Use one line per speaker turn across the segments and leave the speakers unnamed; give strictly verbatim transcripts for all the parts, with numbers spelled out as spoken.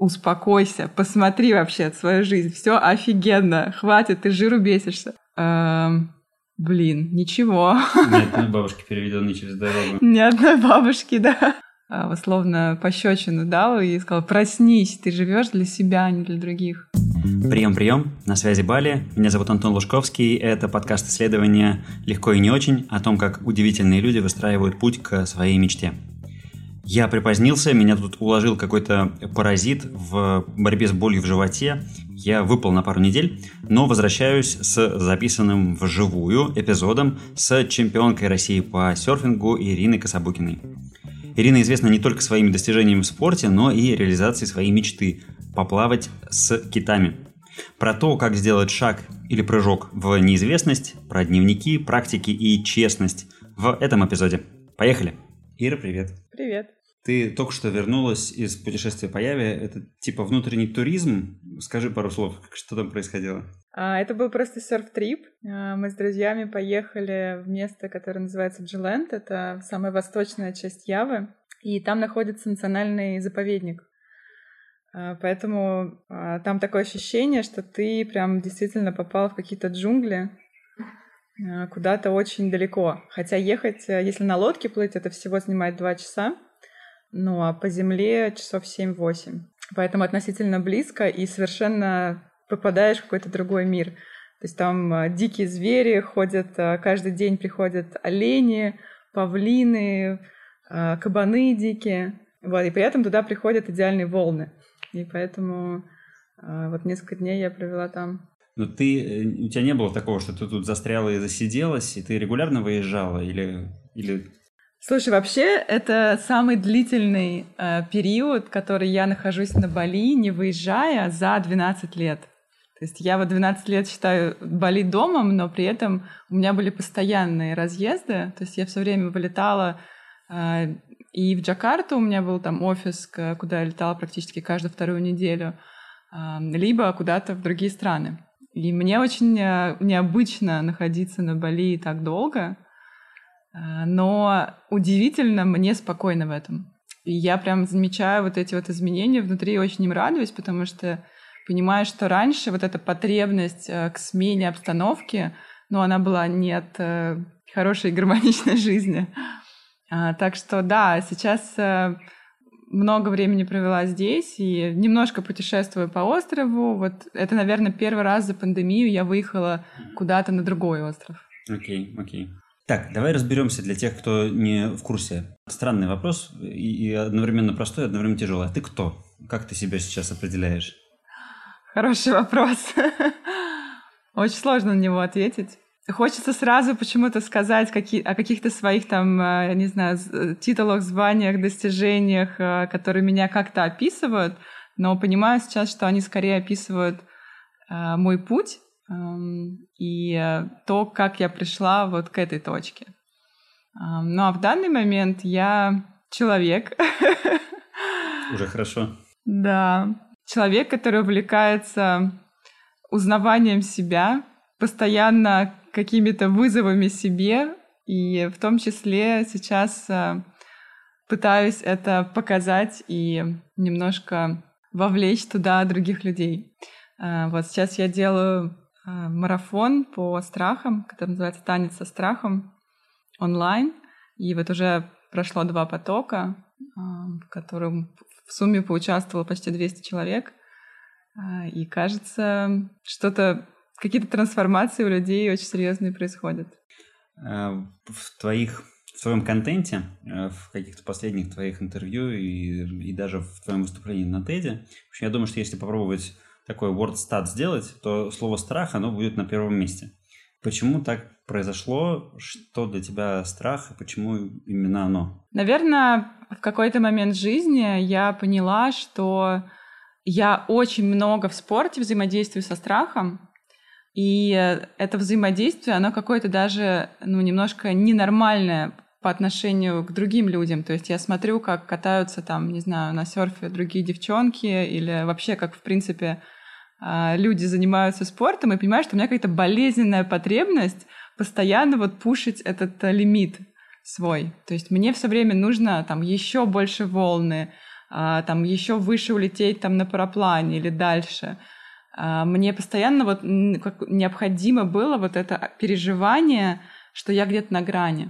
успокойся, посмотри вообще свою жизнь, все офигенно, хватит, ты жиру бесишься. Эм, блин, ничего.
Ни одной бабушки, переведенной через дорогу.
Ни одной бабушки, да. Условно пощечину дал и сказал: проснись, ты живешь для себя, а не для других.
Прием-прием, на связи Бали. Меня зовут Антон Лужковский. Это подкаст исследования «Легко и не очень» о том, как удивительные люди выстраивают путь к своей мечте. Я припозднился, меня тут уложил какой-то паразит в борьбе с болью в животе. Я выпал на пару недель, но возвращаюсь с записанным вживую эпизодом с чемпионкой России по серфингу Ириной Кособукиной. Ирина известна не только своими достижениями в спорте, но и реализацией своей мечты – поплавать с китами. Про то, как сделать шаг или прыжок в неизвестность, про дневники, практики и честность в этом эпизоде. Поехали! Ира, привет!
Привет!
Ты только что вернулась из путешествия по Яве. Это типа внутренний туризм. Скажи пару слов, что там происходило?
А, это был просто серф-трип. А, мы с друзьями поехали в место, которое называется Джиленд. Это самая восточная часть Явы. И там находится национальный заповедник. А, поэтому а, там такое ощущение, что ты прям действительно попал в какие-то джунгли, а, куда-то очень далеко. Хотя ехать, если на лодке плыть, это всего занимает два часа. Ну, а по земле часов семь-восемь. Поэтому относительно близко и совершенно попадаешь в какой-то другой мир. То есть там а, дикие звери ходят, а, каждый день приходят олени, павлины, а, кабаны дикие. Вот, и при этом туда приходят идеальные волны. И поэтому а, вот несколько дней я провела там.
Но ты, у тебя не было такого, что ты тут застряла и засиделась, и ты регулярно выезжала или... или...
Слушай, вообще это самый длительный э, период, который я нахожусь на Бали, не выезжая, за двенадцать лет. То есть я вот двенадцать лет считаю Бали домом, но при этом у меня были постоянные разъезды. То есть я все время вылетала э, и в Джакарту, у меня был там офис, куда я летала практически каждую вторую неделю, э, либо куда-то в другие страны. И мне очень э, необычно находиться на Бали так долго. Но удивительно, мне спокойно в этом. И я прям замечаю вот эти вот изменения внутри, очень им радуюсь, потому что понимаю, что раньше вот эта потребность к смене обстановки, ну, она была не от хорошей гармоничной жизни. Так что да, сейчас много времени провела здесь и немножко путешествую по острову. Вот это, наверное, первый раз за пандемию я выехала куда-то на другой остров.
Окей, okay, окей. Okay. Так, давай разберемся для тех, кто не в курсе. Странный вопрос, и, и одновременно простой, и одновременно тяжелый. А ты кто? Как ты себя сейчас определяешь?
Хороший вопрос. Очень сложно на него ответить. Хочется сразу почему-то сказать какие, о каких-то своих там, не знаю, титулах, званиях, достижениях, которые меня как-то описывают, но понимаю сейчас, что они скорее описывают мой путь, и то, как я пришла вот к этой точке. Ну, а в данный момент я человек.
Уже хорошо.
Да. Человек, который увлекается узнаванием себя, постоянно какими-то вызовами себе, и в том числе сейчас пытаюсь это показать и немножко вовлечь туда других людей. Вот сейчас я делаю марафон по страхам, который называется «Танец со страхом» онлайн. И вот уже прошло два потока, в котором в сумме поучаствовало почти двести человек. И кажется, что-то, какие-то трансформации у людей очень серьезные происходят.
В твоих, в твоем контенте, в каких-то последних твоих интервью и, и даже в твоем выступлении на TED, я думаю, что если попробовать такой WordStat сделать, то слово «страх», оно будет на первом месте. Почему так произошло? Что для тебя страх и почему именно оно?
Наверное, в какой-то момент жизни я поняла, что я очень много в спорте взаимодействую со страхом, и это взаимодействие, оно какое-то даже, ну, немножко ненормальное по отношению к другим людям. То есть я смотрю, как катаются там, не знаю, на серфе другие девчонки или вообще как, в принципе, люди занимаются спортом, и понимаю, что у меня какая-то болезненная потребность постоянно вот пушить этот лимит свой. То есть мне все время нужно там еще больше волны, там еще выше улететь там на параплане или дальше. Мне постоянно вот необходимо было вот это переживание, что я где-то на грани.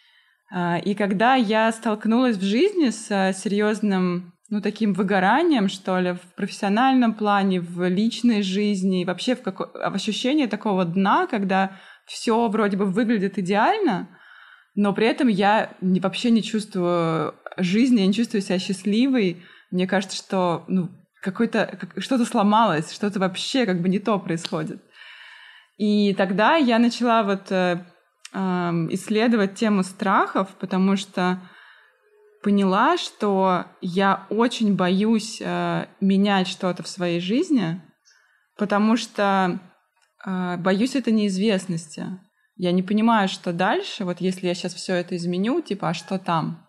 И когда я столкнулась в жизни с серьезным, ну, таким выгоранием, что ли, в профессиональном плане, в личной жизни, вообще в, како... в ощущении такого дна, когда все вроде бы выглядит идеально, но при этом я не, вообще не чувствую жизни, я не чувствую себя счастливой. Мне кажется, что ну, какой-то, что-то сломалось, что-то вообще как бы не то происходит. И тогда я начала вот э, э, исследовать тему страхов, потому что поняла, что я очень боюсь э, менять что-то в своей жизни, потому что э, боюсь этой неизвестности. Я не понимаю, что дальше, вот если я сейчас все это изменю, типа, а что там?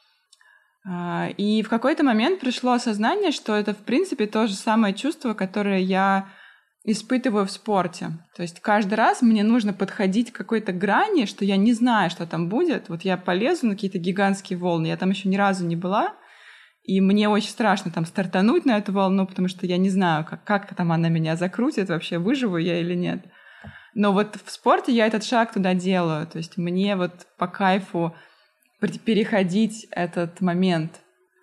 Э, и в какой-то момент пришло осознание, что это, в принципе, то же самое чувство, которое я испытываю в спорте. То есть каждый раз мне нужно подходить к какой-то грани, что я не знаю, что там будет. Вот я полезу на какие-то гигантские волны, я там еще ни разу не была, и мне очень страшно там стартануть на эту волну, потому что я не знаю, как, как там она меня закрутит, вообще выживу я или нет. Но вот в спорте я этот шаг туда делаю. То есть мне вот по кайфу переходить этот момент.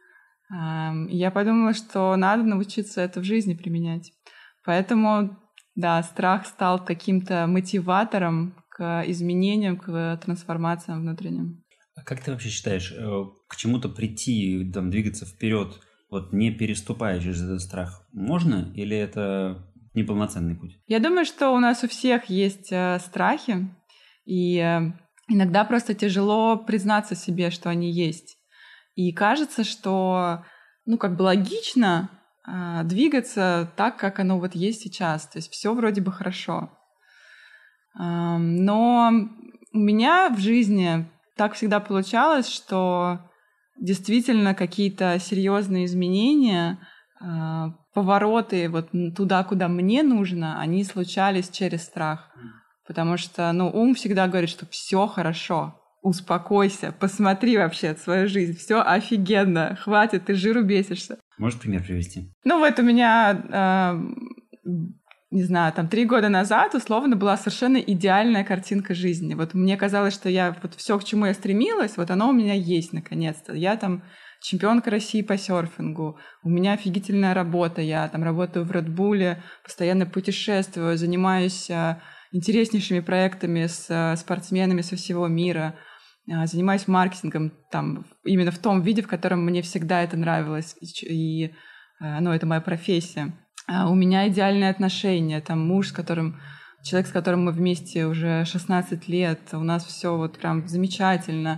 Я подумала, что надо научиться это в жизни применять. Поэтому, да, страх стал каким-то мотиватором к изменениям, к трансформациям внутренним.
А как ты вообще считаешь, к чему-то прийти, там, двигаться вперед, вот не переступая через этот страх, можно или это неполноценный путь?
Я думаю, что у нас у всех есть э, страхи, и э, иногда просто тяжело признаться себе, что они есть. И кажется, что, ну, как бы логично двигаться так, как оно вот есть сейчас. То есть все вроде бы хорошо. Но у меня в жизни так всегда получалось, что действительно какие-то серьезные изменения, повороты вот туда, куда мне нужно, они случались через страх. Потому что ну, ум всегда говорит, что все хорошо. Успокойся, посмотри вообще свою жизнь, все офигенно, хватит, ты жиру бесишься.
Можешь пример привести?
Ну вот у меня, э, не знаю, там три года назад условно была совершенно идеальная картинка жизни. Вот мне казалось, что я вот все, к чему я стремилась, вот оно у меня есть наконец-то. Я там чемпионка России по серфингу, у меня офигительная работа, я там работаю в Red Bull, постоянно путешествую, занимаюсь э, интереснейшими проектами с э, спортсменами со всего мира. Занимаюсь маркетингом там, именно в том виде, в котором мне всегда это нравилось, и ну, это моя профессия. У меня идеальные отношения, там муж, с которым, человек, с которым мы вместе уже шестнадцать лет, у нас все вот прям замечательно.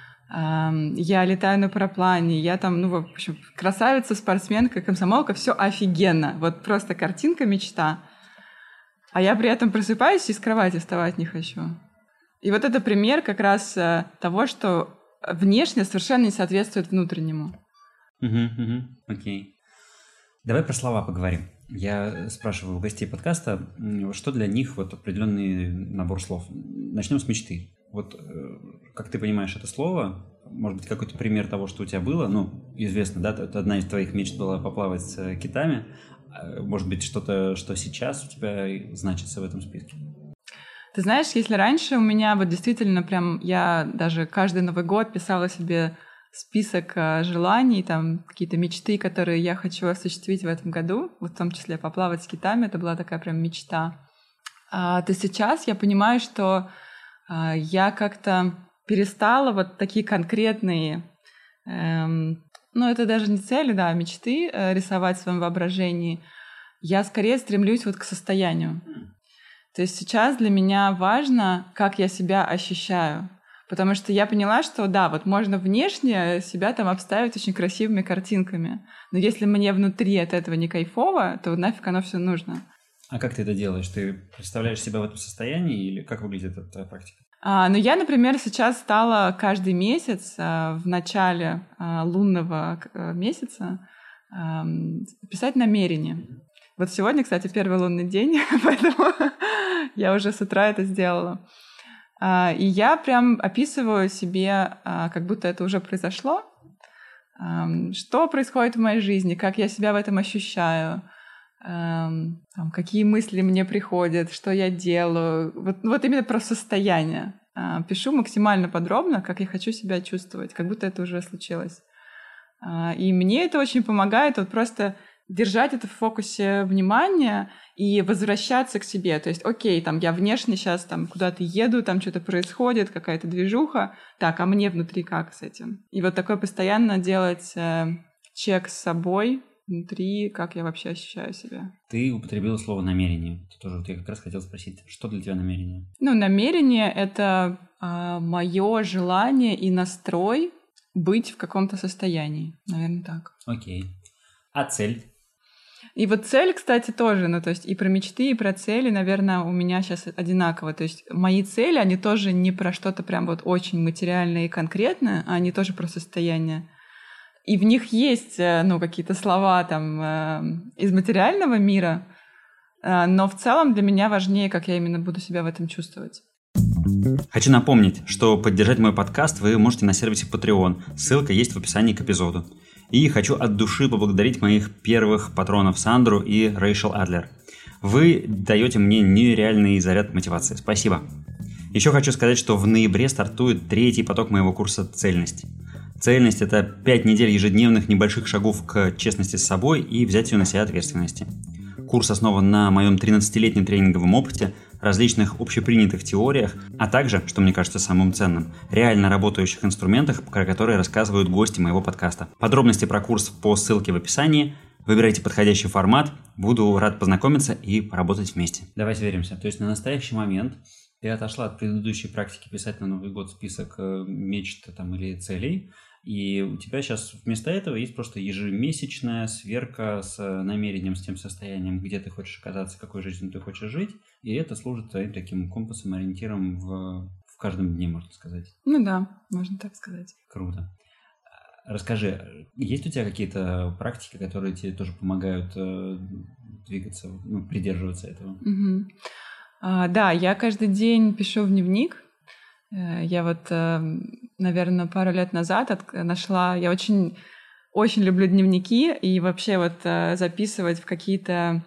Я летаю на параплане, я там, ну, в общем, красавица, спортсменка, комсомолка, все офигенно, вот просто картинка, мечта. А я при этом просыпаюсь и с кровати вставать не хочу. И вот это пример как раз э, того, что внешне совершенно не соответствует внутреннему.
Угу, угу, окей. Давай про слова поговорим. Я спрашиваю у гостей подкаста, что для них вот определенный набор слов. Начнем с мечты. Вот как ты понимаешь это слово, может быть, какой-то пример того, что у тебя было, ну, известно, да, это одна из твоих мечт была поплавать с китами, может быть, что-то, что сейчас у тебя значится в этом списке?
Ты знаешь, если раньше у меня вот действительно прям, я даже каждый Новый год писала себе список желаний, там какие-то мечты, которые я хочу осуществить в этом году, вот в том числе поплавать с китами, это была такая прям мечта. А, то сейчас я понимаю, что а, я как-то перестала вот такие конкретные, эм, ну это даже не цели, да, а мечты э, рисовать в своем воображении. Я скорее стремлюсь вот к состоянию. То есть сейчас для меня важно, как я себя ощущаю. Потому что я поняла, что да, вот можно внешне себя там обставить очень красивыми картинками. Но если мне внутри от этого не кайфово, то нафиг оно все нужно.
А как ты это делаешь? Ты представляешь себя в этом состоянии или как выглядит эта практика?
А, ну, я, например, сейчас стала каждый месяц а, в начале а, лунного а, месяца а, писать намерения. Вот сегодня, кстати, первый лунный день, поэтому я уже с утра это сделала. И я прям описываю себе, как будто это уже произошло. что происходит в моей жизни, как я себя в этом ощущаю, там, какие мысли мне приходят, что я делаю. Вот, вот именно про состояние. Пишу максимально подробно, как я хочу себя чувствовать, как будто это уже случилось. И мне это очень помогает вот просто держать это в фокусе внимания и возвращаться к себе. То есть, окей, там я внешне сейчас там куда-то еду, там что-то происходит, какая-то движуха. Так, а мне внутри как с этим? И вот такое постоянно делать э, чек с собой внутри, как я вообще ощущаю себя.
Ты употребила слово «намерение». Это тоже вот я как раз хотел спросить, что для тебя намерение?
Ну, намерение — это э, мое желание и настрой быть в каком-то состоянии. Наверное, так.
Окей. А цель?
И вот цель, кстати, тоже, ну, то есть и про мечты, и про цели, наверное, у меня сейчас одинаково. То есть мои цели, они тоже не про что-то прям вот очень материальное и конкретное, а они тоже про состояние. И в них есть, ну, какие-то слова там из материального мира, но в целом для меня важнее, как я именно буду себя в этом чувствовать.
Хочу напомнить, что поддержать мой подкаст вы можете на сервисе Patreon. Ссылка есть в описании к эпизоду. И хочу от души поблагодарить моих первых патронов Сандру и Рэйчел Адлер. Вы даете мне нереальный заряд мотивации. Спасибо. Еще хочу сказать, что в ноябре стартует третий поток моего курса «Цельность». Цельность – это пять недель ежедневных небольших шагов к честности с собой и взятию на себя ответственности. Курс основан на моем тринадцатилетнем тренинговом опыте, различных общепринятых теориях, а также, что мне кажется самым ценным, реально работающих инструментах, про которые рассказывают гости моего подкаста. Подробности про курс по ссылке в описании. Выбирайте подходящий формат. Буду рад познакомиться и поработать вместе. Давай сверимся. То есть на настоящий момент ты отошла от предыдущей практики писать на Новый год список мечт там, или целей, и у тебя сейчас вместо этого есть просто ежемесячная сверка с намерением, с тем состоянием, где ты хочешь оказаться, какой жизнью ты хочешь жить, и это служит твоим таким компасом, ориентиром в, в каждом дне, можно сказать.
Ну да, можно так сказать.
Круто. Расскажи, есть у тебя какие-то практики, которые тебе тоже помогают э, двигаться, ну, придерживаться этого?
Угу. А, да, я каждый день пишу в дневник. Я вот, наверное, пару лет назад нашла... Я очень, очень люблю дневники и вообще вот записывать в какие-то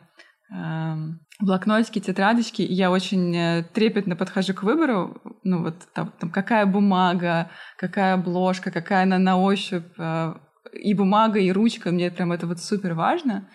блокнотики, тетрадочки. И я очень трепетно подхожу к выбору. Ну вот там, там какая бумага, какая обложка, какая она на ощупь. И бумага, и ручка. Мне прям это вот супер важно.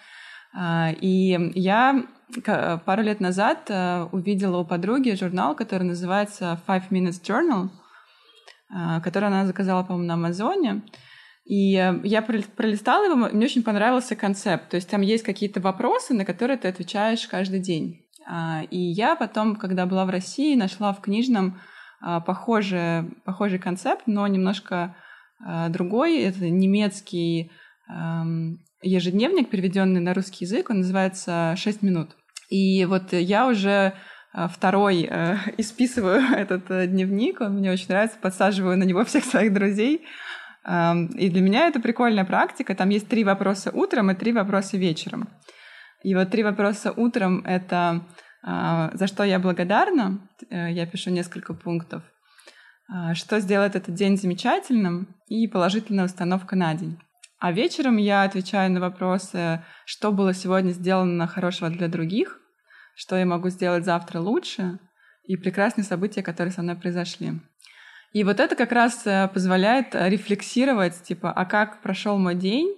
И я пару лет назад увидела у подруги журнал, который называется Five Minutes Journal, который она заказала, по-моему, на Амазоне. И я пролистала его, мне очень понравился концепт. То есть там есть какие-то вопросы, на которые ты отвечаешь каждый день. И я потом, когда была в России, нашла в книжном похожий, похожий концепт, но немножко другой. Это немецкий ежедневник, переведенный на русский язык, он называется «шесть минут». И вот я уже второй э, исписываю этот э, дневник, он мне очень нравится, подсаживаю на него всех своих друзей. Э, и для меня это прикольная практика. Там есть три вопроса утром и три вопроса вечером. И вот три вопроса утром — это э, за что я благодарна, э, я пишу несколько пунктов, э, что сделает этот день замечательным и положительная установка на день. А вечером я отвечаю на вопросы, что было сегодня сделано хорошего для других, что я могу сделать завтра лучше, и прекрасные события, которые со мной произошли. И вот это как раз позволяет рефлексировать, типа, а как прошел мой день?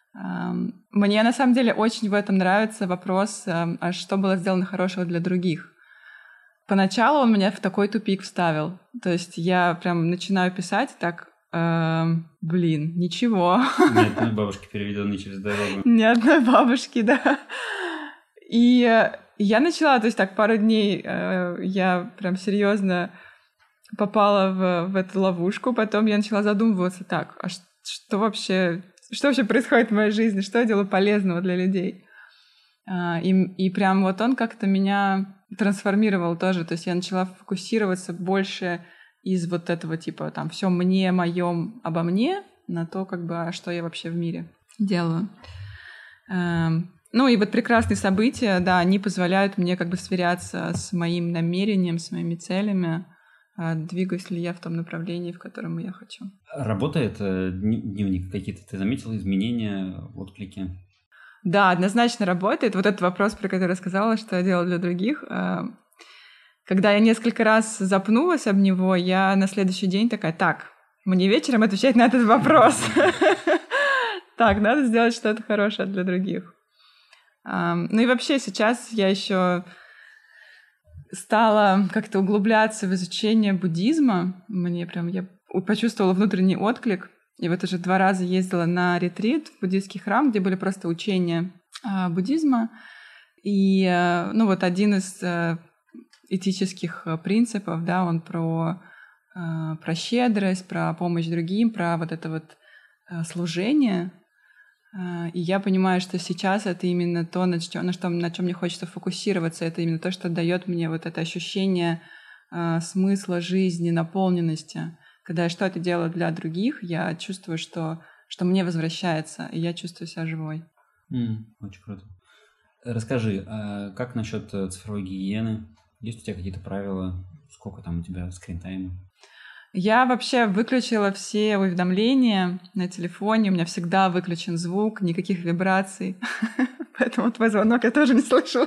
Мне на самом деле очень в этом нравится вопрос, а что было сделано хорошего для других. Поначалу он меня в такой тупик вставил. То есть я прям начинаю писать так... Эм, блин, ничего.
Ни одной бабушки, переведенной через дорогу.
Ни одной бабушки, да. И я начала, то есть так пару дней э, я прям серьезно попала в, в эту ловушку, потом я начала задумываться, так, а что, что вообще, что вообще происходит в моей жизни, что я делаю полезного для людей. А, и, и прям вот он как-то меня трансформировал тоже, то есть я начала фокусироваться больше из вот этого типа там все мне, моем, обо мне, на то, как бы, а что я вообще в мире делаю. Эм, ну и вот прекрасные события, да, они позволяют мне как бы сверяться с моим намерением, с моими целями двигаюсь ли я в том направлении, в котором я хочу.
Работает дневник? Какие-то ты заметила изменения, отклики?
Да, однозначно работает. Вот этот вопрос, про который я сказала, что я делала для других. Когда я несколько раз запнулась об него, я на следующий день такая: так, мне вечером отвечать на этот вопрос. Так, надо сделать что-то хорошее для других. Ну и вообще сейчас я еще стала как-то углубляться в изучение буддизма. Мне прям, я почувствовала внутренний отклик. И вот уже два раза ездила на ретрит в буддийский храм, где были просто учения буддизма. И, ну, вот один из этических принципов, да, он про, про щедрость, про помощь другим, про вот это вот служение. И я понимаю, что сейчас это именно то, на чем, на, что, на чем мне хочется фокусироваться. Это именно то, что дает мне вот это ощущение смысла жизни, наполненности. Когда я что-то делаю для других, я чувствую, что, что мне возвращается, и я чувствую себя живой.
Mm, очень круто. Расскажи, а как насчет цифровой гигиены? Есть у тебя какие-то правила? Сколько там у тебя скрин-тайма?
Я вообще выключила все уведомления на телефоне. У меня всегда выключен звук, никаких вибраций. Поэтому твой звонок я тоже не слышу.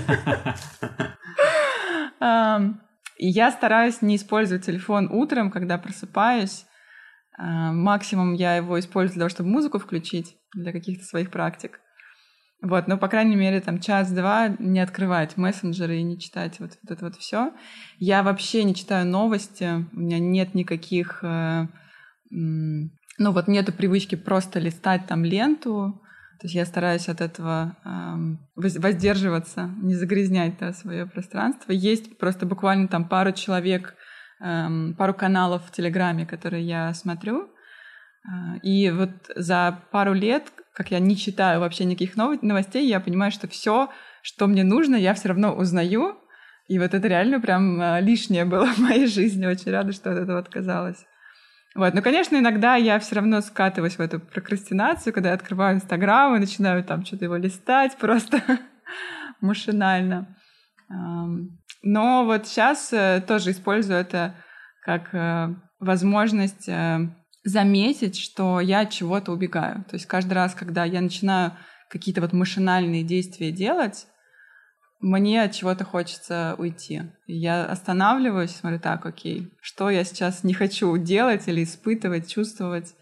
И я стараюсь не использовать телефон утром, когда просыпаюсь. Максимум я его использую для того, чтобы музыку включить для каких-то своих практик. Вот, но, по крайней мере, там час-два не открывать мессенджеры и не читать вот, вот это вот все. Я вообще не читаю новости, у меня нет никаких... Э, ну, вот нету привычки просто листать там ленту. То есть я стараюсь от этого э, воздерживаться, не загрязнять, да, свое пространство. Есть просто буквально там пару человек, э, пару каналов в Телеграме, которые я смотрю. И вот за пару лет, как я не читаю вообще никаких новостей, я понимаю, что все, что мне нужно, я все равно узнаю. И вот это реально прям лишнее было в моей жизни. Очень рада, что от этого отказалась. Вот. Но, конечно, иногда я все равно скатываюсь в эту прокрастинацию, когда я открываю Инстаграм и начинаю там что-то его листать просто машинально. Но вот сейчас тоже использую это как возможность заметить, что я от чего-то убегаю. То есть каждый раз, когда я начинаю какие-то вот машинальные действия делать, мне от чего-то хочется уйти. И я останавливаюсь, смотрю: так, окей, что я сейчас не хочу делать или испытывать, чувствовать.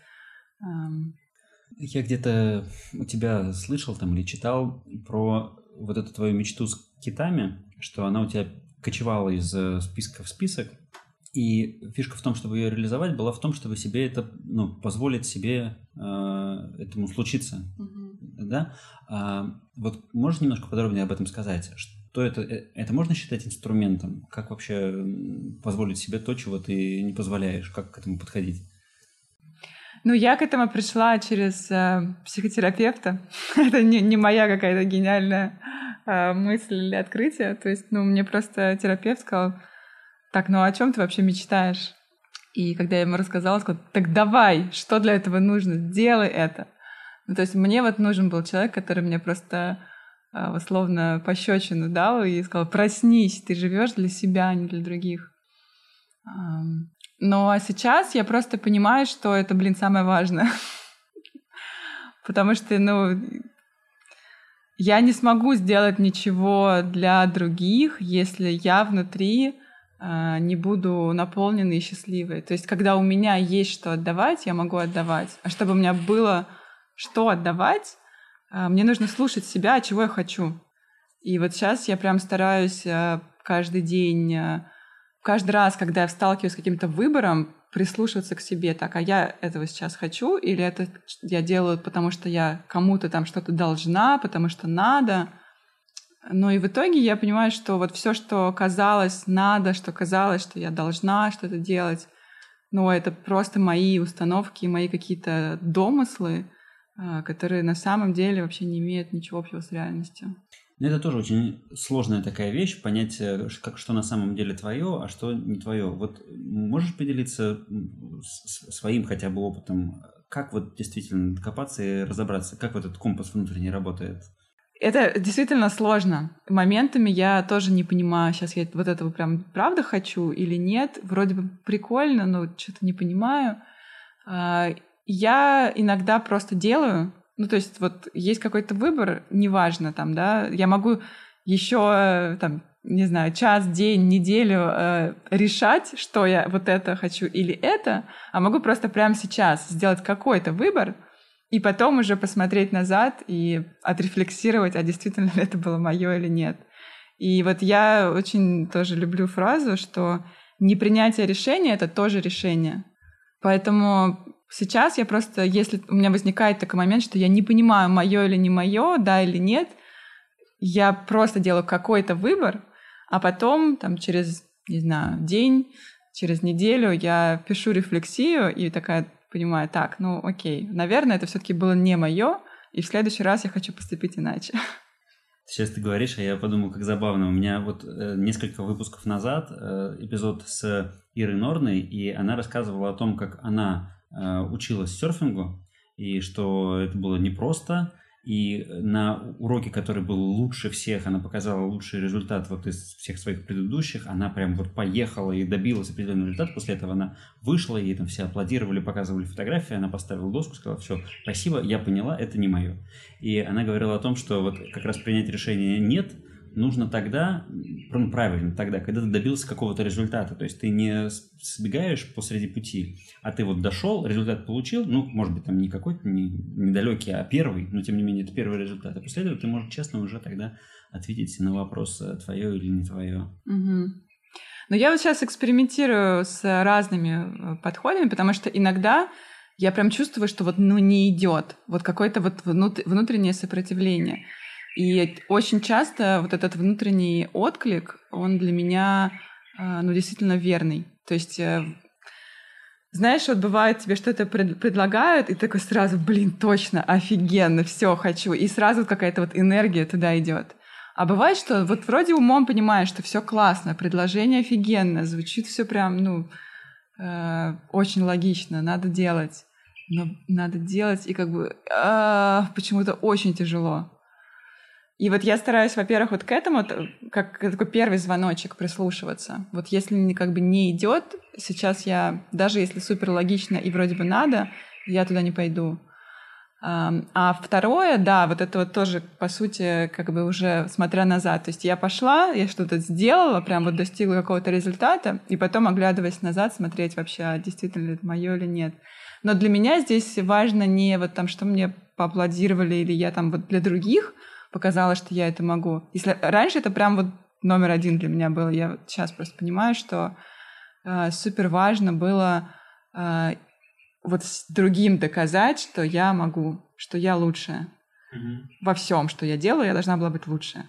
Я где-то у тебя слышал там или читал про вот эту твою мечту с китами, что она у тебя кочевала из списка в список. И фишка в том, чтобы ее реализовать, была в том, чтобы себе это, ну, позволить себе э, этому случиться. Mm-hmm. Да? А, вот можешь немножко подробнее об этом сказать? Что это? Это можно считать инструментом? Как вообще позволить себе то, чего ты не позволяешь? Как к этому подходить?
Ну, я к этому пришла через э, психотерапевта. Это не, не моя какая-то гениальная э, мысль или открытие. То есть, ну, мне просто терапевт сказал: так, ну о чем ты вообще мечтаешь? И когда я ему рассказала, сказала: так давай, что для этого нужно? Делай это. Ну, то есть мне вот нужен был человек, который мне просто э, условно пощечину дал и сказал: проснись, ты живешь для себя, а не для других. Um, но сейчас я просто понимаю, что это, блин, самое важное. Потому что, ну, я не смогу сделать ничего для других, если я внутри не буду наполненной и счастливой. То есть, когда у меня есть что отдавать, я могу отдавать. А чтобы у меня было что отдавать, мне нужно слушать себя, чего я хочу. И вот сейчас я прям стараюсь каждый день, каждый раз, когда я сталкиваюсь с каким-то выбором, прислушиваться к себе. Так, а я этого сейчас хочу? Или это я делаю, потому что я кому-то там что-то должна, потому что надо? Ну и в итоге я понимаю, что вот все, что казалось надо, что казалось, что я должна что-то делать, ну это просто мои установки, мои какие-то домыслы, которые на самом деле вообще не имеют ничего общего с реальностью.
Это тоже очень сложная такая вещь, понять, как, что на самом деле твое, а что не твое. Вот можешь поделиться своим хотя бы опытом, как вот действительно докопаться и разобраться, как вот этот компас внутренний работает?
Это действительно сложно. Моментами я тоже не понимаю, сейчас я вот этого прям правда хочу или нет. Вроде бы прикольно, но что-то не понимаю. Я иногда просто делаю. Ну, то есть вот есть какой-то выбор, неважно там, да, я могу еще там, не знаю, час, день, неделю э, решать, что я вот это хочу или это, а могу просто прямо сейчас сделать какой-то выбор, и потом уже посмотреть назад и отрефлексировать, а действительно ли это было мое или нет. И вот я очень тоже люблю фразу, что непринятие решения — это тоже решение. Поэтому сейчас я просто, если у меня возникает такой момент, что я не понимаю, мое или не мое, да или нет, я просто делаю какой-то выбор, а потом там через, не знаю, день, через неделю я пишу рефлексию и такая понимаю, так, ну окей, наверное, это все-таки было не мое, и в следующий раз я хочу поступить иначе.
Сейчас ты говоришь, а я подумал, как забавно. У меня вот э, несколько выпусков назад э, эпизод с Ирой Норной, и она рассказывала о том, как она э, училась серфингу, и что это было непросто. И на уроке, который был лучше всех, она показала лучший результат вот из всех своих предыдущих. Она прям вот поехала и добилась определенного результата. После этого она вышла, ей там все аплодировали, показывали фотографии. Она поставила доску, сказала: все, спасибо, я поняла, это не мое. И она говорила о том, что вот как раз принять решение «нет» нужно тогда, ну, правильно, тогда, когда ты добился какого-то результата. То есть ты не сбегаешь посреди пути, а ты вот дошел, результат получил, ну, может быть, там не какой-то не, недалекий, а первый, но тем не менее это первый результат. А после этого ты можешь честно уже тогда ответить на вопрос, твое или не твое.
Угу. Но я вот сейчас экспериментирую с разными подходами, потому что иногда я прям чувствую, что вот ну не идет, вот какое-то вот внутреннее сопротивление. И очень часто вот этот внутренний отклик, он для меня, ну, действительно верный. То есть, знаешь, вот бывает, тебе что-то предлагают, и ты такой сразу, блин, точно, офигенно, все хочу. И сразу какая-то вот энергия туда идет. А бывает, что вот вроде умом понимаешь, что все классно, предложение офигенно, звучит все прям, ну, э, очень логично, надо делать. Но надо делать, и как бы э, почему-то очень тяжело. И вот я стараюсь, во-первых, вот к этому, как такой первый звоночек, прислушиваться. Вот если как бы не идет, сейчас я, даже если супер логично и вроде бы надо, я туда не пойду. А второе, да, вот это вот тоже, по сути, как бы уже смотря назад. То есть я пошла, я что-то сделала, прям вот достигла какого-то результата, и потом, оглядываясь назад, смотреть вообще, действительно ли это мое или нет. Но для меня здесь важно не вот там, что мне поаплодировали, или я там вот для других показала, что я это могу. Если раньше это прям вот номер один для меня было. Я вот сейчас просто понимаю, что э, супер важно было э, вот с другим доказать, что я могу, что я лучшая. Mm-hmm. Во всем, что я делаю, я должна была быть лучшая.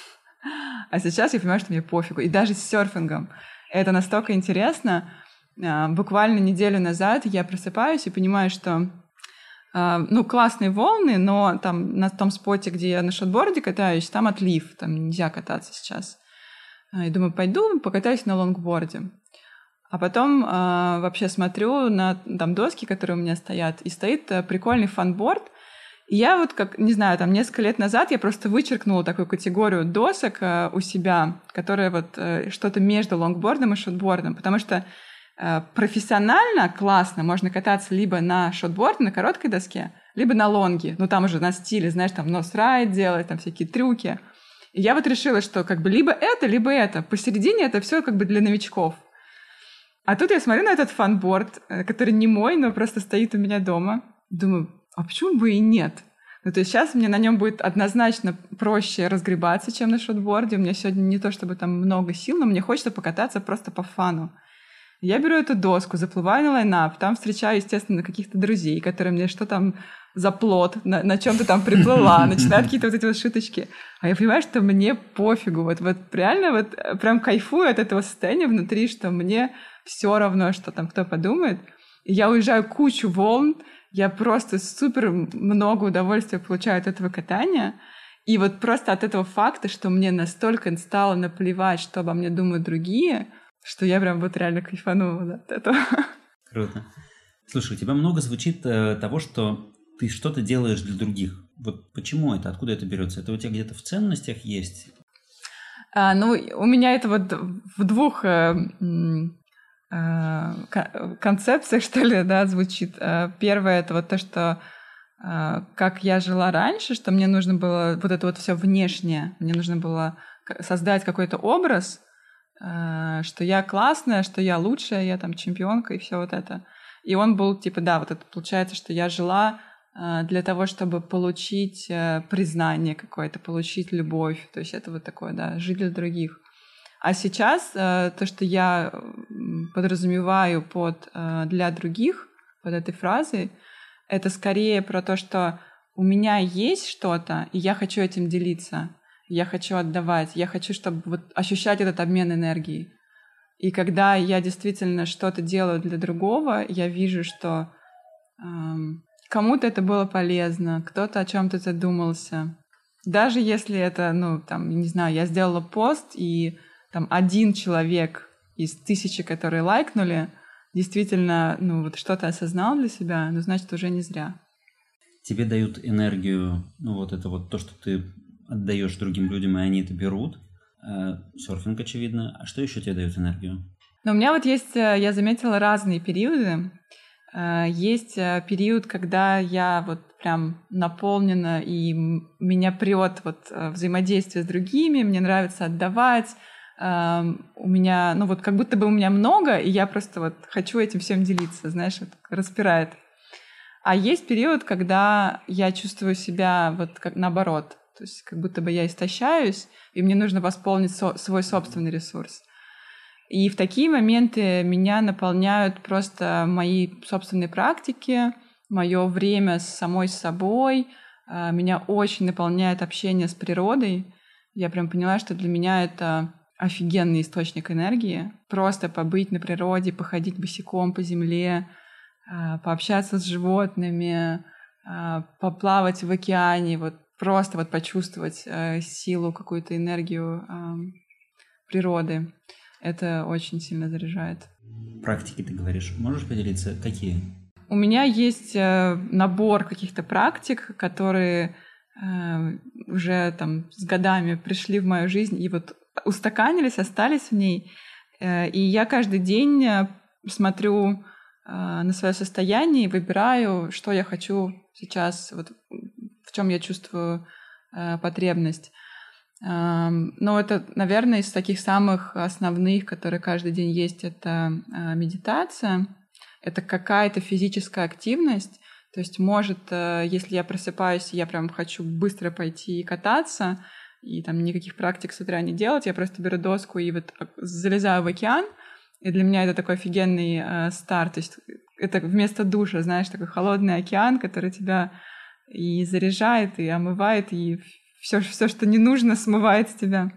А сейчас я понимаю, что мне пофигу. И даже с серфингом. Это настолько интересно. Э, буквально неделю назад я просыпаюсь и понимаю, что ну, классные волны, но там на том споте, где я на шотборде катаюсь, там отлив, там нельзя кататься сейчас. И думаю, пойду покатаюсь на лонгборде. А потом э, вообще смотрю на там доски, которые у меня стоят, и стоит прикольный фанборд. И я вот, как, не знаю, там несколько лет назад я просто вычеркнула такую категорию досок э, у себя, которая вот э, что-то между лонгбордом и шотбордом, потому что профессионально классно можно кататься либо на шотборде, на короткой доске, либо на лонге. Ну, там уже на стиле, знаешь, там нос-райд делать, там всякие трюки. И я вот решила, что как бы либо это, либо это. Посередине это все как бы для новичков. А тут я смотрю на этот фанборд, который не мой, но просто стоит у меня дома. Думаю, а почему бы и нет? Ну, то есть сейчас мне на нем будет однозначно проще разгребаться, чем на шотборде. У меня сегодня не то чтобы там много сил, но мне хочется покататься просто по фану. Я беру эту доску, заплываю на лайнап, там встречаю, естественно, каких-то друзей, которые мне что там за плот, на, на чем ты там приплыла, начинают какие-то вот эти вот шуточки. А я понимаю, что мне пофигу. Вот, вот реально вот прям кайфую от этого состояния внутри, что мне все равно, что там кто подумает. И я уезжаю кучу волн, я просто супер много удовольствия получаю от этого катания. И вот просто от этого факта, что мне настолько стало наплевать, что обо мне думают другие, что я прям вот реально кайфанула от этого.
Круто. Слушай, у тебя много звучит э, того, что ты что-то делаешь для других. Вот почему это? Откуда это берется? Это у тебя где-то в ценностях есть?
А, ну, у меня это вот в двух э, э, концепциях, что ли, да, звучит. Первое — это вот то, что э, как я жила раньше, что мне нужно было вот это вот все внешнее, мне нужно было создать какой-то образ, э, что я классная, что я лучшая, я там чемпионка и все вот это. И он был типа, да, вот это получается, что я жила для того, чтобы получить признание какое-то, получить любовь. То есть это вот такое, да, жить для других. А сейчас то, что я подразумеваю под «для других», под этой фразой, это скорее про то, что у меня есть что-то, и я хочу этим делиться, я хочу отдавать, я хочу, чтобы вот ощущать этот обмен энергией. И когда я действительно что-то делаю для другого, я вижу, что эм, кому-то это было полезно, кто-то о чем-то задумался. Даже если это, ну, там, не знаю, я сделала пост, и там один человек из тысячи, которые лайкнули, действительно, ну, вот что-то осознал для себя, ну, значит, уже не зря.
Тебе дают энергию, ну, вот это вот то, что ты отдаешь другим людям, и они это берут. Серфинг, очевидно. А что еще тебе дает энергию?
Ну, у меня вот есть, я заметила, разные периоды. Есть период, когда я вот прям наполнена, и меня прет вот взаимодействие с другими, мне нравится отдавать. У меня, ну вот как будто бы у меня много, и я просто вот хочу этим всем делиться, знаешь, вот распирает. А есть период, когда я чувствую себя вот как наоборот, то есть как будто бы я истощаюсь, и мне нужно восполнить со- свой собственный ресурс. И в такие моменты меня наполняют просто мои собственные практики, мое время с самой собой. Меня очень наполняет общение с природой. Я прям поняла, что для меня это офигенный источник энергии. Просто побыть на природе, походить босиком по земле, пообщаться с животными, поплавать в океане, вот просто вот почувствовать силу, какую-то энергию природы. Это очень сильно заряжает.
Практики, ты говоришь. Можешь поделиться? Какие?
У меня есть набор каких-то практик, которые уже там с годами пришли в мою жизнь и вот устаканились, остались в ней. И я каждый день смотрю на свое состояние и выбираю, что я хочу сейчас, вот в чем я чувствую потребность. Но это, наверное, из таких самых основных, которые каждый день есть, это медитация, это какая-то физическая активность. То есть, может, если я просыпаюсь, я прям хочу быстро пойти кататься, и там никаких практик с утра не делать, я просто беру доску и вот залезаю в океан, и для меня это такой офигенный э, старт. То есть это вместо душа, знаешь, такой холодный океан, который тебя и заряжает, и омывает, и все, все, что не нужно, смывает с тебя.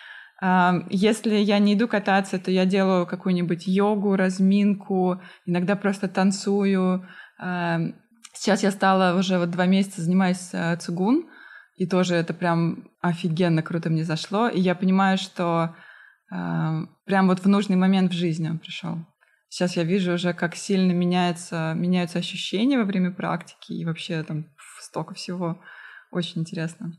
Если я не иду кататься, то я делаю какую-нибудь йогу, разминку, иногда просто танцую. Сейчас я стала уже вот два месяца занимаюсь цигун, и тоже это прям офигенно круто мне зашло. И я понимаю, что прям вот в нужный момент в жизни он пришел. Сейчас я вижу уже, как сильно меняется, меняются ощущения во время практики, и вообще там столько всего. Очень интересно.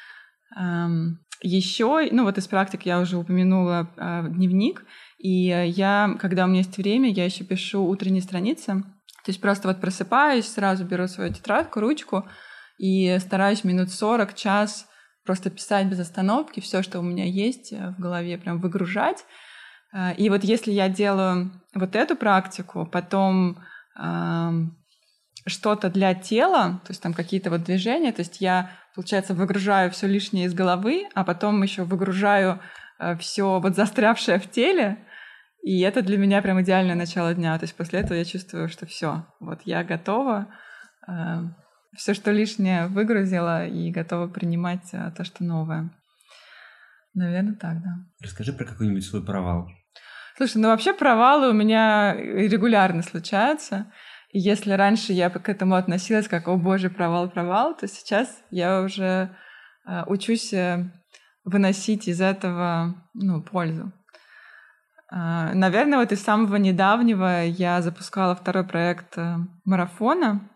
Еще, ну вот из практик я уже упомянула э, дневник, и я, когда у меня есть время, я еще пишу утренние страницы, то есть просто вот просыпаюсь, сразу беру свою тетрадку, ручку и стараюсь минут сорок, час просто писать без остановки все, что у меня есть в голове, прям выгружать. И вот если я делаю вот эту практику, потом э, что-то для тела, то есть там какие-то вот движения, то есть я, получается, выгружаю все лишнее из головы, а потом еще выгружаю э, все вот застрявшее в теле, и это для меня прям идеальное начало дня. То есть после этого я чувствую, что все, вот я готова, э, все, что лишнее, выгрузила и готова принимать э, то, что новое. Наверное, так, да.
Расскажи про какой-нибудь свой провал.
Слушай, ну вообще провалы у меня регулярно случаются. И если раньше я к этому относилась как «О боже, провал, провал», то сейчас я уже э, учусь выносить из этого, ну, пользу. Э, наверное, вот из самого недавнего я запускала второй проект э, марафона.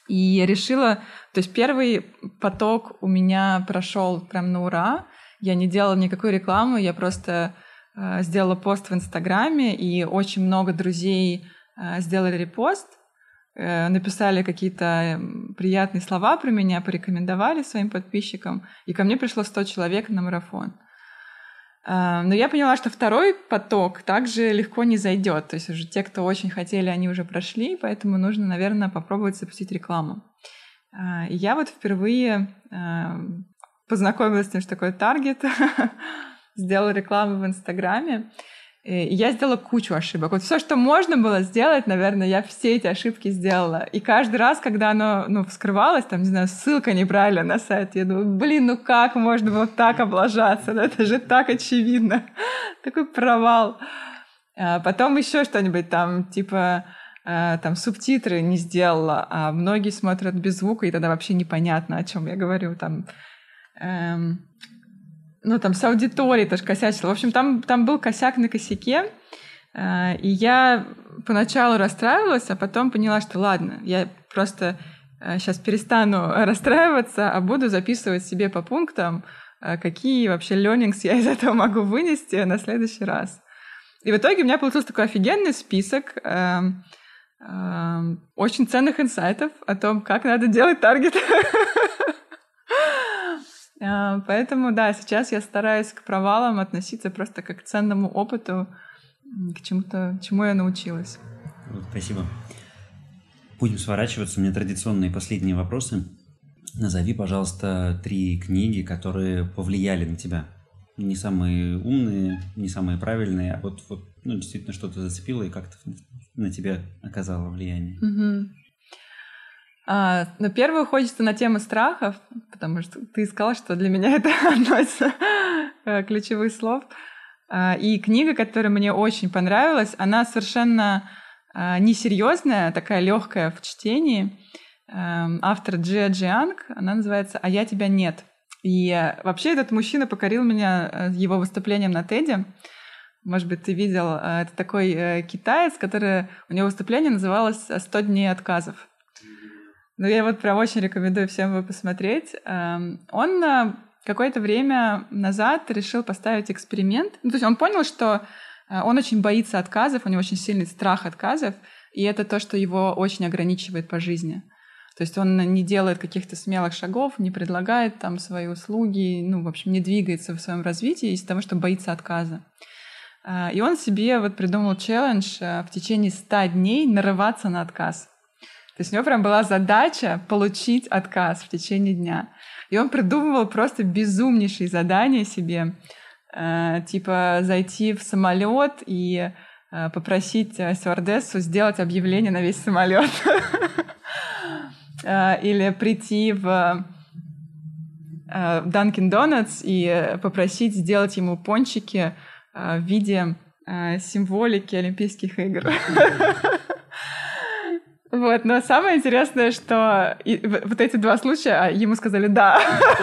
И я решила... То есть первый поток у меня прошел прям на ура. Я не делала никакой рекламы, я просто э, сделала пост в Инстаграме, и очень много друзей э, сделали репост, э, написали какие-то приятные слова про меня, порекомендовали своим подписчикам, и ко мне пришло сто человек на марафон. Э, но я поняла, что второй поток также легко не зайдет. То есть уже те, кто очень хотели, они уже прошли, поэтому нужно, наверное, попробовать запустить рекламу. Э, и я вот впервые... Э, познакомилась с тем, что такое таргет, сделала рекламу в Инстаграме, и я сделала кучу ошибок. Вот все, что можно было сделать, наверное, я все эти ошибки сделала. И каждый раз, когда оно ну, вскрывалось, там, не знаю, ссылка неправильно на сайт, я думаю, блин, ну как можно было так облажаться? Ну, это же так очевидно. Такой провал. А потом еще что-нибудь там, типа... там субтитры не сделала, а многие смотрят без звука, и тогда вообще непонятно, о чем я говорю. Там Эм, ну, там с аудиторией тоже косячила. В общем, там, там был косяк на косяке, э, и я поначалу расстраивалась, а потом поняла, что ладно, я просто э, сейчас перестану расстраиваться, а буду записывать себе по пунктам, э, какие вообще learnings я из этого могу вынести на следующий раз. И в итоге у меня получился такой офигенный список э, э, очень ценных инсайтов о том, как надо делать таргет. Поэтому, да, сейчас я стараюсь к провалам относиться просто как к ценному опыту, к чему-то, чему я научилась.
Спасибо. Будем сворачиваться. У меня традиционные последние вопросы. Назови, пожалуйста, три книги, которые повлияли на тебя. Не самые умные, не самые правильные, а вот, вот ну, действительно что-то зацепило и как-то на тебя оказало влияние.
Угу. А, ну, первое хочется на тему страхов, потому что ты сказала, что для меня это одно из ключевых слов. А, и книга, которая мне очень понравилась, она совершенно а, несерьезная, такая легкая в чтении. А, автор Джия Джианг, она называется «А я тебя нет». И вообще этот мужчина покорил меня его выступлением на Теде. Может быть, ты видел, это такой китаец, который... У него выступление называлось «сто дней отказов». Ну, я вот прям очень рекомендую всем его посмотреть. Он какое-то время назад решил поставить эксперимент. Ну, то есть он понял, что он очень боится отказов, у него очень сильный страх отказов, и это то, что его очень ограничивает по жизни. То есть он не делает каких-то смелых шагов, не предлагает там свои услуги, ну, в общем, не двигается в своем развитии из-за того, что боится отказа. И он себе вот придумал челлендж в течение ста дней нарываться на отказ. То есть у него прям была задача получить отказ в течение дня. И он придумывал просто безумнейшие задания себе, э, типа зайти в самолет и э, попросить стюардессу сделать объявление на весь самолет. Или прийти в Dunkin' Donuts и попросить сделать ему пончики в виде символики Олимпийских игр. Вот, но самое интересное, что и, вот эти два случая ему сказали «да».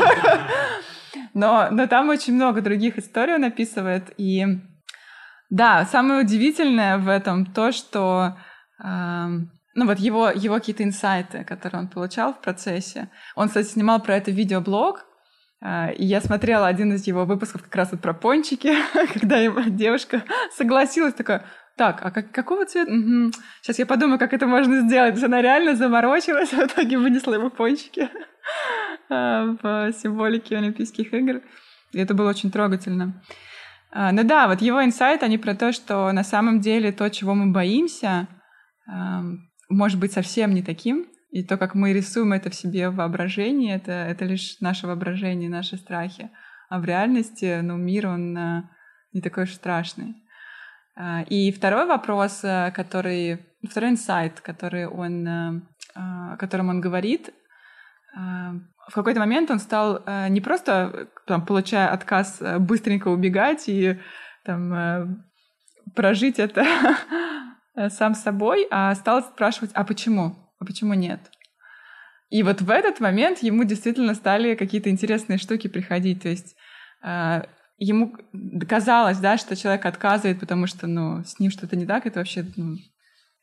но, но там очень много других историй он описывает. И да, самое удивительное в этом то, что э, ну вот его, его какие-то инсайты, которые он получал в процессе. Он, кстати, снимал про это видеоблог, э, и я смотрела один из его выпусков как раз вот про пончики, когда его девушка согласилась, такая... Так, а как, какого цвета? Угу. Сейчас я подумаю, как это можно сделать. Она реально заморочилась, в итоге вынесла ему пончики в символике Олимпийских игр. И это было очень трогательно. Ну да, вот его инсайты, они про то, что на самом деле то, чего мы боимся, может быть совсем не таким. И то, как мы рисуем это в себе в воображении, это, это лишь наше воображение, наши страхи. А в реальности, ну, мир, он не такой уж страшный. И второй вопрос, который, второй инсайт, который он, о котором он говорит, в какой-то момент он стал не просто, там, получая отказ, быстренько убегать и там, прожить это сам собой, а стал спрашивать, а почему? А почему нет? И вот в этот момент ему действительно стали какие-то интересные штуки приходить, то есть ему казалось, да, что человек отказывает, потому что, ну, с ним что-то не так, это вообще, ну,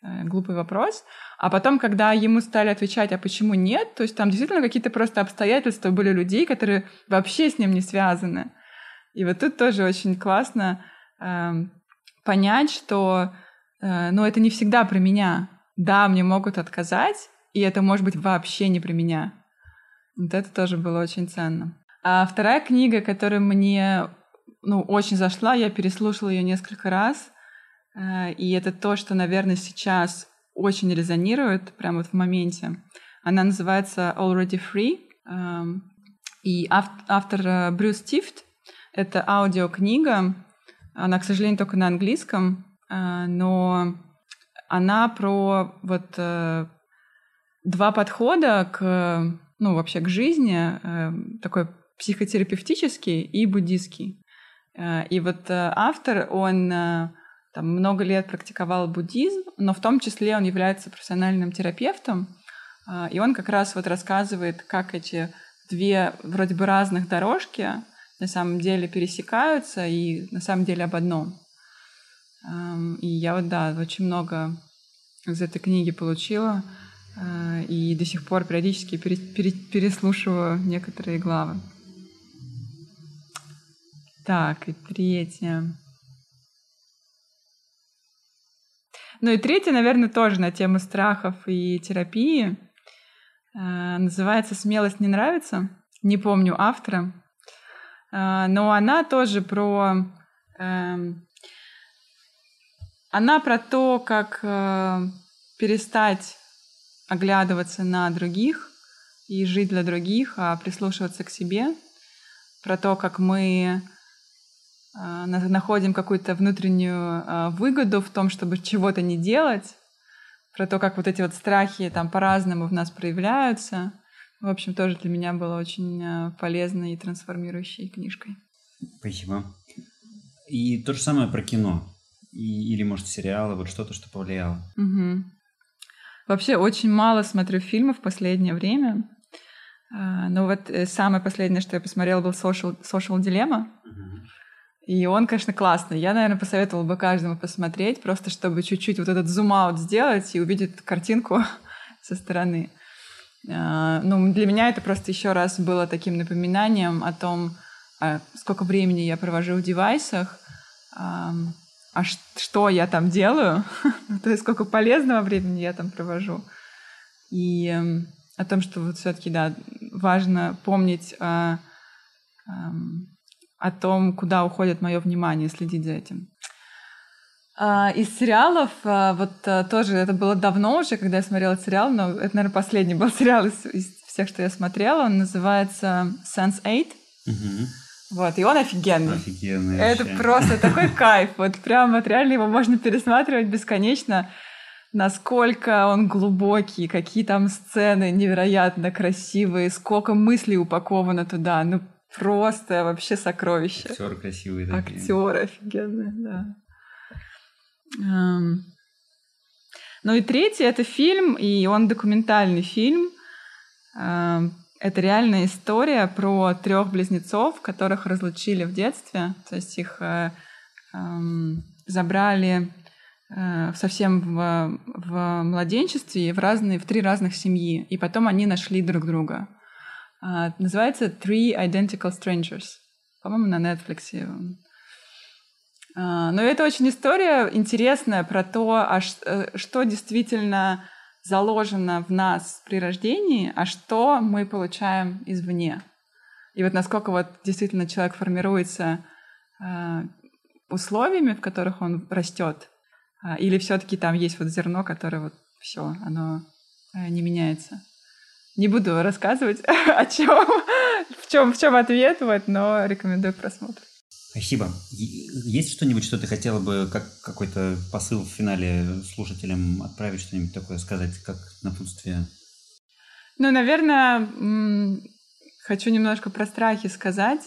э, глупый вопрос. А потом, когда ему стали отвечать, а почему нет, то есть там действительно какие-то просто обстоятельства были людей, которые вообще с ним не связаны. И вот тут тоже очень классно э, понять, что э, ну, это не всегда про меня. Да, мне могут отказать, и это может быть вообще не про меня. Вот это тоже было очень ценно. А вторая книга, которая мне ну, очень зашла, я переслушала ее несколько раз, э, и это то, что, наверное, сейчас очень резонирует прямо вот в моменте. Она называется «Already Free», э, и ав- автор э, Брюс Тифт. Это аудиокнига, она, к сожалению, только на английском, э, но она про вот э, два подхода к, ну, вообще к жизни, э, такой психотерапевтический и буддийский. Э, и вот э, автор, он э, там много лет практиковал буддизм, но в том числе он является профессиональным терапевтом, э, и он как раз вот рассказывает, как эти две вроде бы разных дорожки на самом деле пересекаются и на самом деле об одном. И я вот, да, очень много из этой книги получила и до сих пор периодически переслушиваю некоторые главы. Так, и третье. Ну и третье, наверное, тоже на тему страхов и терапии. Называется «Смелость не нравится». Не помню автора. Но она тоже про... Она про то, как перестать оглядываться на других и жить для других, а прислушиваться к себе. Про то, как мы находим какую-то внутреннюю выгоду в том, чтобы чего-то не делать. Про то, как вот эти вот страхи там по-разному в нас проявляются. В общем, тоже для меня была очень полезной и трансформирующей книжкой.
Спасибо. И то же самое про кино. И, или, может, сериалы, вот что-то, что повлияло.
Угу. Вообще очень мало смотрю фильмов в последнее время. Но вот самое последнее, что я посмотрела, был Social, Social Dilemma. Угу. И он, конечно, классный. Я, наверное, посоветовала бы каждому посмотреть, просто чтобы чуть-чуть вот этот зум-аут сделать и увидеть картинку со стороны. Ну, для меня это просто еще раз было таким напоминанием о том, сколько времени я провожу в девайсах, а что я там делаю, то есть сколько полезного времени я там провожу. И о том, что вот все-таки, да, важно помнить о, о том, куда уходит мое внимание, следить за этим. Из сериалов, вот тоже это было давно уже, когда я смотрела сериал, но это, наверное, последний был сериал из, из всех, что я смотрела. Он называется Sense eight.
Угу.
Вот, и он офигенный.
Офигенный.
Это вообще. Просто такой кайф. Вот прям вот реально его можно пересматривать бесконечно. Насколько он глубокий, какие там сцены невероятно красивые, сколько мыслей упаковано туда. Ну, просто вообще сокровище.
Актеры красивые такие.
Актеры офигенные, да. Um, ну и третий — это фильм, и он документальный фильм. Uh, это реальная история про трех близнецов, которых разлучили в детстве. То есть их uh, um, забрали uh, совсем в, в младенчестве в, разные, в три разных семьи, и потом они нашли друг друга. Uh, называется «Three Identical Strangers». По-моему, на Netflix. Но это очень история интересная про то, а что действительно заложено в нас при рождении, а что мы получаем извне. И вот насколько вот действительно человек формируется условиями, в которых он растет, или все-таки там есть вот зерно, которое вот все, оно не меняется. Не буду рассказывать, о чем, в чем, в чем ответ, вот, но рекомендую к просмотру.
Спасибо. Есть что-нибудь, что ты хотела бы, как какой-то посыл в финале слушателям отправить, что-нибудь такое сказать, как напутствие?
Ну, наверное, хочу немножко про страхи сказать.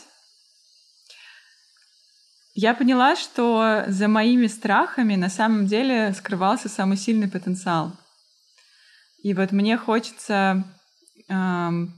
Я поняла, что за моими страхами на самом деле скрывался самый сильный потенциал. И вот мне хочется эм,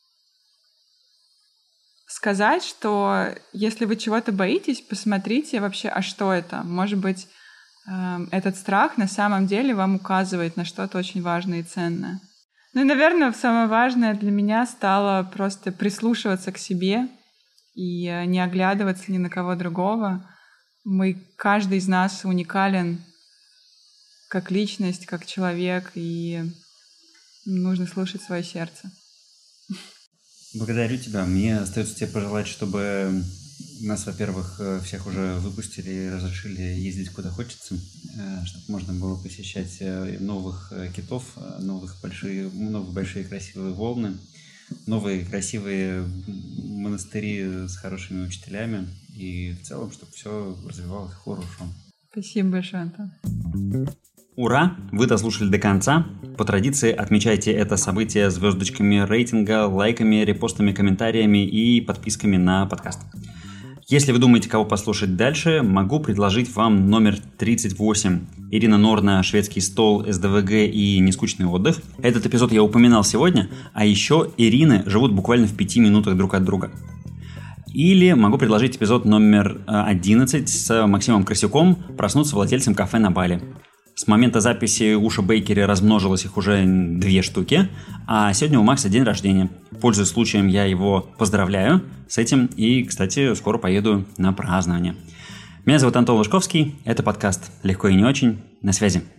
сказать, что если вы чего-то боитесь, посмотрите вообще, а что это? Может быть, этот страх на самом деле вам указывает на что-то очень важное и ценное. Ну и, наверное, самое важное для меня стало просто прислушиваться к себе и не оглядываться ни на кого другого. Мы, каждый из нас уникален как личность, как человек, и нужно слушать свое сердце.
Благодарю тебя. Мне остается тебе пожелать, чтобы нас, во-первых, всех уже выпустили и разрешили ездить куда хочется, чтобы можно было посещать новых китов, новых большие, новые большие красивые волны, новые красивые монастыри с хорошими учителями и в целом, чтобы все развивалось хорошо.
Спасибо большое, Антон.
Ура! Вы дослушали до конца. По традиции отмечайте это событие звездочками рейтинга, лайками, репостами, комментариями и подписками на подкаст. Если вы думаете, кого послушать дальше, могу предложить вам номер тридцать восемь. Ирина Норна, «Шведский стол», эс дэ вэ гэ и «Нескучный отдых». Этот эпизод я упоминал сегодня, а еще Ирины живут буквально в пяти минутах друг от друга. Или могу предложить эпизод номер одиннадцать с Максимом Красюком «Проснуться владельцем кафе на Бали». С момента записи у Уша Бейкери размножилось их уже две штуки, а сегодня у Макса день рождения. Пользуясь случаем, я его поздравляю с этим и, кстати, скоро поеду на празднование. Меня зовут Антон Лужковский, это подкаст «Легко и не очень». На связи.